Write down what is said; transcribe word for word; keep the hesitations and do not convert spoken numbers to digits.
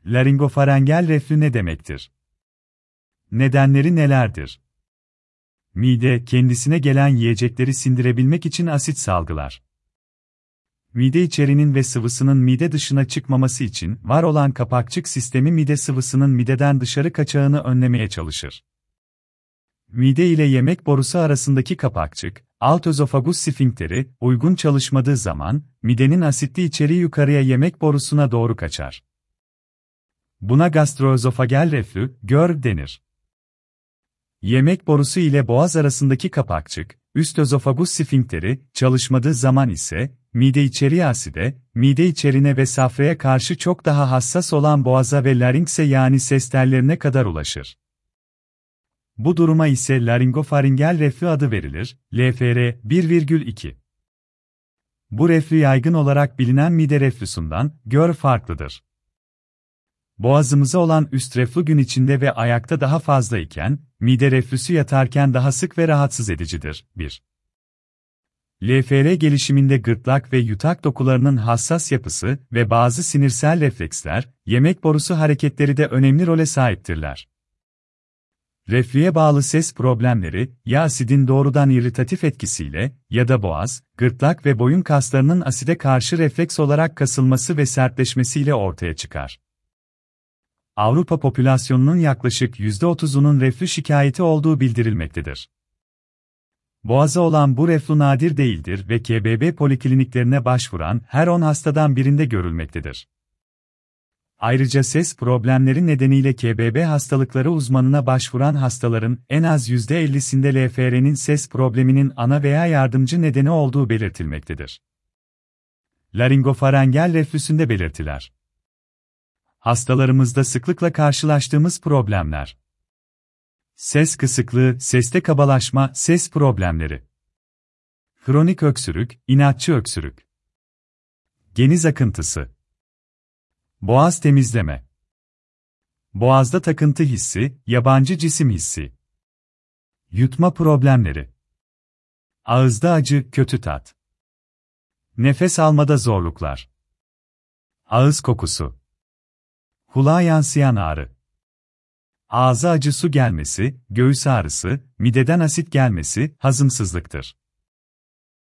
Laringofarengal reflü ne demektir? Nedenleri nelerdir? Mide, kendisine gelen yiyecekleri sindirebilmek için asit salgılar. Mide içeriğinin ve sıvısının mide dışına çıkmaması için var olan kapakçık sistemi mide sıvısının mideden dışarı kaçağını önlemeye çalışır. Mide ile yemek borusu arasındaki kapakçık, alt özofagus sfinkteri, uygun çalışmadığı zaman, midenin asitli içeriği yukarıya yemek borusuna doğru kaçar. Buna gastroözofageal reflü, GÖR denir. Yemek borusu ile boğaz arasındaki kapakçık, üst özofagus sfinkteri, çalışmadığı zaman ise, mide içeriği aside, mide içeriğine ve safraya karşı çok daha hassas olan boğaza ve laringse yani ses tellerine kadar ulaşır. Bu duruma ise laringofaringal reflü adı verilir, L F R bir virgül iki. Bu reflü yaygın olarak bilinen mide reflüsünden, GÖR farklıdır. Boğazımıza olan üst reflü gün içinde ve ayakta daha fazla iken, mide reflüsü yatarken daha sık ve rahatsız edicidir. bir. L F R gelişiminde gırtlak ve yutak dokularının hassas yapısı ve bazı sinirsel refleksler, yemek borusu hareketleri de önemli role sahiptirler. Reflüye bağlı ses problemleri, ya asidin doğrudan irritatif etkisiyle ya da boğaz, gırtlak ve boyun kaslarının aside karşı refleks olarak kasılması ve sertleşmesiyle ortaya çıkar. Avrupa popülasyonunun yaklaşık yüzde otuzunun reflü şikayeti olduğu bildirilmektedir. Boğaza olan bu reflü nadir değildir ve K B B polikliniklerine başvuran her on hastadan birinde görülmektedir. Ayrıca ses problemleri nedeniyle K B B hastalıkları uzmanına başvuran hastaların en az yüzde ellisinde L F R'nin ses probleminin ana veya yardımcı nedeni olduğu belirtilmektedir. Laringofarengal reflüsünde belirtiler. Hastalarımızda sıklıkla karşılaştığımız problemler. Ses kısıklığı, seste kabalaşma, ses problemleri. Kronik öksürük, inatçı öksürük. Geniz akıntısı. Boğaz temizleme. Boğazda takıntı hissi, yabancı cisim hissi. Yutma problemleri. Ağızda acı, kötü tat. Nefes almada zorluklar. Ağız kokusu. Kulağa yansıyan ağrı. Ağza acı su gelmesi, göğüs ağrısı, mideden asit gelmesi, hazımsızlıktır.